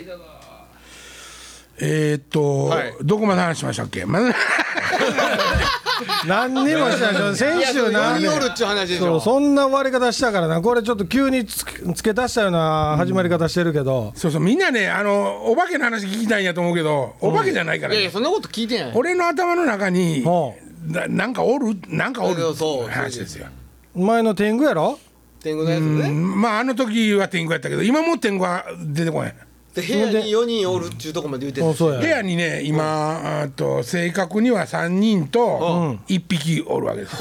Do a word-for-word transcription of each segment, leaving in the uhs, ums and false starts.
えーっと、はい、どこまで話しましたっけ、ま、 何にもしないでしょ先週な、ね、そうそんな終わり方したからな、これちょっと急につ付け足したような始まり方してるけど、 うん、そうそう、みんなね、あのお化けの話聞きたいんやと思うけど、お化けじゃないから、ね、 いやいやそんなこと聞いてない。 俺の頭の中にな, なんかおるなんかおるって話ですよ。 前の天狗やろ、 天狗のやつね。 まああの時は天狗やったけど、今も天狗は出てこない。 で部屋によにんおるっちゅうとこまで言うてる、 うん、部屋にね今、うん、と正確にはさんにんといっぴきおるわけです、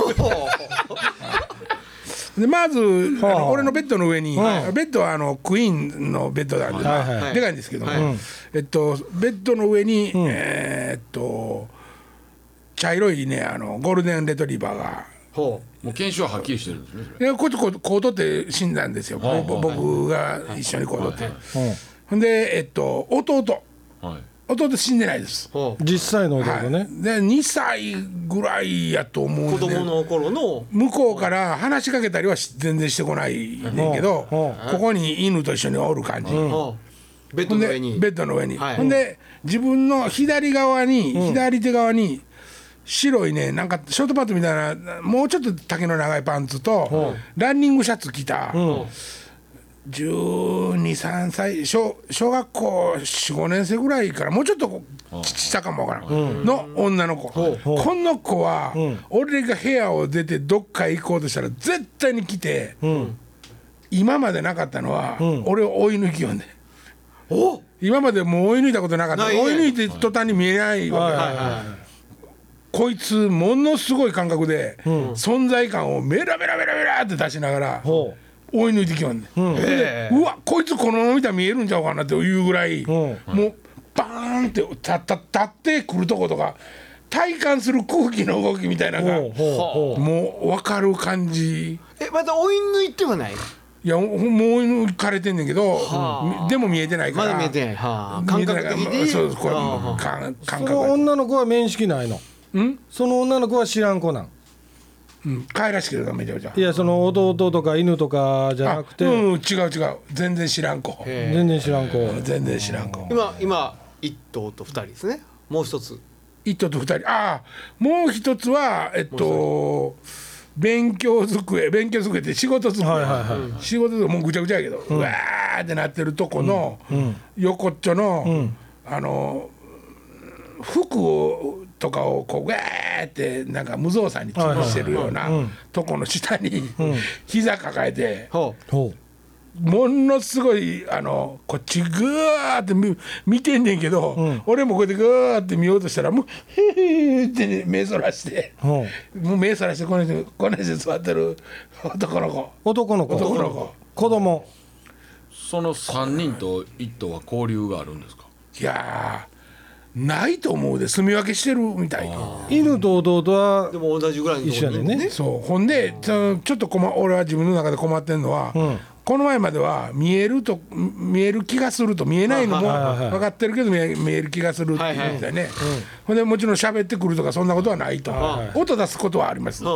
うん、でまず、うん、あの俺のベッドの上に、うん、ベッドはあのクイーンのベッドなんで、はいはい、でかいんですけども、はい、えっと、ベッドの上に、うん、えー、っと茶色いねあのゴールデンレトリバーが、 ほうもう検証ははっきりしてるんですね。それこうこうこう取って死んだんですよ、はあ、僕が一緒にこう取って、はいはいはい、ほんで、えっと、弟、はい、弟死んでないです。 実際の弟ね、はい、でにさいぐらいやと思うんで、 子供の頃の向こうから話しかけたりは全然してこないねんけど、ここに犬と一緒におる感じ、うん、 ベッドの上にベッドの上に、はい、ほんで自分の左側に、うん、左手側に白いねなんかショートパンツみたいなもうちょっと丈の長いパンツと、うん、ランニングシャツ着た、うん、じゅうに、さんさい 小, 小学校よん、ごねん生ぐらいからもうちょっと下かもわからん、うん、の女の子、うん、この子は、うん、俺が部屋を出てどっか行こうとしたら絶対に来て、うん、今までなかったのは、うん、俺を追い抜きよんで、お今までもう追い抜いたことなかった、追い抜いて途端に見えないわけ、はいはいはい、こいつものすごい感覚で、うん、存在感をメラメラメラメラって出しながら、うん追い抜いてきよんね、うん、でうわこいつこのまま見たら見えるんちゃうかなっていうぐらい、うん、もうバーンって立った立ってくるとことか体感する空気の動きみたいなのがもう分かる感じ。 えまた追い抜いてはない？ いやもう追い抜かれてんねんけど、はあ、でも見えてないからまだ見えてない、はあ、感覚的にそうこれ、はあ、感覚。 その女の子は面識ないの？ んその女の子は知らん子なん？ うん、可愛らしければめちゃめちゃ。 いやその弟とか犬とかじゃなくて、 うん、違う違う全然知らん子、 全然知らん子、 全然知らん子。 今今一頭と二人ですね。もう一つ一頭と二人、ああもう一つはえっと勉強机勉強机って仕事机、はいはいはい、仕事机もうぐちゃぐちゃやけど、うん、うわーってなってるとこの、うん、横っちょの、うん、あの服をとかをこうガーってなんか無造作に潰してるようなとこの下に膝抱えてものすごいあのこっちグーって 見, 見てんねんけど、うん、俺もこうやってグーって見ようとしたらもうヘーって、ね、目そらしてもう目そらしてこの人この人座ってる男の子男の子男の子子供。 そのさんにんといっ頭は交流があるんですか？ いやないと思うで住み分けしてるみたいな。 犬と弟はでも同じぐらいの一緒やね。 そうほんでちょっと困俺は自分の中で困ってんのは、うん、この前までは見えると見える気がすると見えないのも分かってるけど見え、見える気がするって言うんだよね、はいはい、ほんでもちろん喋ってくるとかそんなことはないと、はいはい、音出すことはあります、うん、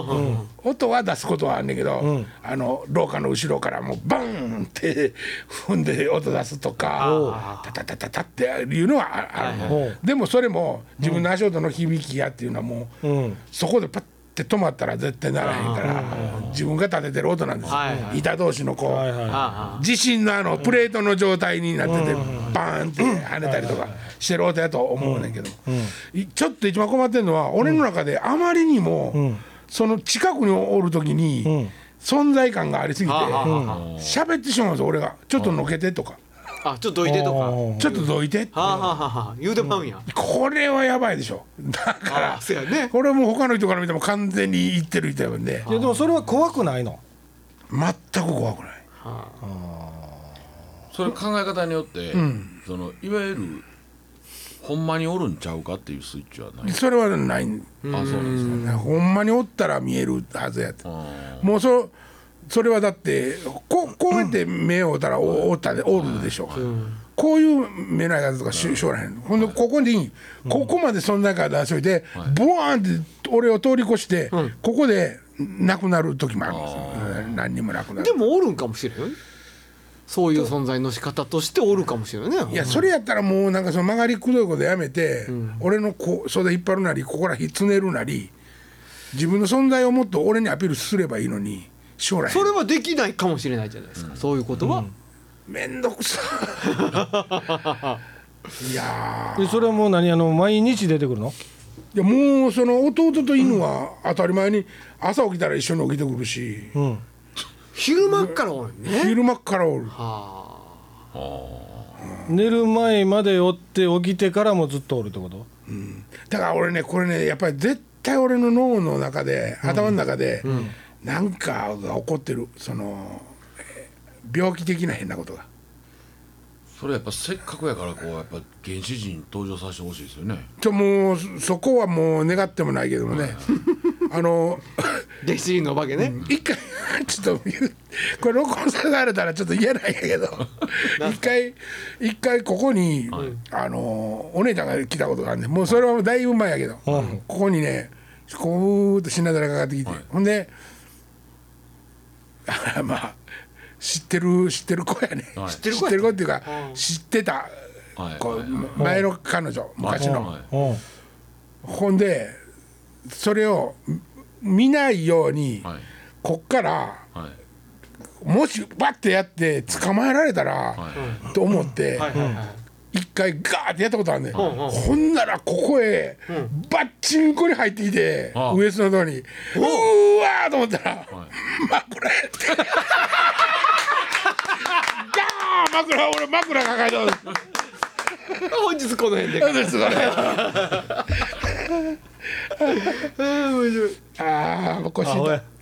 音は出すことはあるんだけど、うん、あの廊下の後ろからもうバーンって踏んで音出すとかタタタタタっていうのはある、はいはい、でもそれも自分の足音の響きやっていうのはもう、うん、そこでパッって止まったら絶対ならへんから自分が立ててる音なんですよ、はいはい、板同士のこう、はいはい、地震のあのプレートの状態になっててバーンって跳ねたりとかしてる音やと思うねんけど、ちょっと一番困ってるのは俺の中であまりにもその近くにおる時に存在感がありすぎて喋ってしまうんですよ俺がちょっとのけてとかあちょっとどいてとかちょっとどいてってはあはあはあ言うてまうんや、 うん、これはやばいでしょだからそうや、ね、 これはもう他の人から見ても完全に言ってる人やもんで。 いやでもそれは怖くないの？ 全く怖くない、 はあ、それ考え方によって、うん、そのいわゆるほんまにおるんちゃうかっていうスイッチはない？ それはない。あ、 そうなんですか。 ほんまにおったら見えるはずやって、もうそそれはだってこ う, こうやって目を追ったらおったでおるでしょう、うん、こういう目のやつとかしょうがへん、ほんでここにここまで存在感出しといて、はい、ボワーンって俺を通り越して、うん、ここでなくなる時もあるんですよ、何にもなくなる。 でもおるんかもしれん。 そういう存在の仕方としておるかもしれないね。 いやそれやったらもうなんかその曲がりくどいことやめて、うん、俺のこ袖引っ張るなりここらひつねるなり自分の存在をもっと俺にアピールすればいいのに将来それはできないかもしれないじゃないですか、うん、そういうことは、うん、 めんどくさいやでそれはもう何あの毎日出てくるの？ いやもうその弟と犬は当たり前に朝起きたら一緒に起きてくるし、うん、 昼間からおるね。 昼間からおる。 はあ、うん、寝る前までおって起きてからもずっとおるってこと？ うん、だから俺ねこれねやっぱり絶対俺の脳の中で、うん、頭の中で、うん、なんかが起こってるその病気的な変なことが。 それやっぱせっかくやからこうやっぱ原始人登場させてほしいですよね。 ちょもうそこはもう願ってもないけどもねあの原始人のお化けね、 うん、一回ちょっとこれ録音されたらちょっと言えないんやけど一回一回ここに、はい、あのお姉ちゃんが来たことがあるんでもうそれはだいぶ前やけど、うん、ここにねこうっと品だらかかってきて、はい、ほんでまあ知ってる知ってる子やね、はい、知ってる子っていうか、うん、知ってた、はい、こう前の彼女、はい、昔の、はいはい、ほんでそれを見ないように、はい、こっから、はい、もしバッてやって捕まえられたら、はい、と思って、はいはいはい、一回ガーってやったことあるね、はいはい、ほんならここへ、うん、バッチンコに入ってきて、はい、ウエストのとこにうーわーと思ったら、はい、枕やってガー枕俺枕抱えて本日この辺で本日この辺ああ面白いああもう腰痛い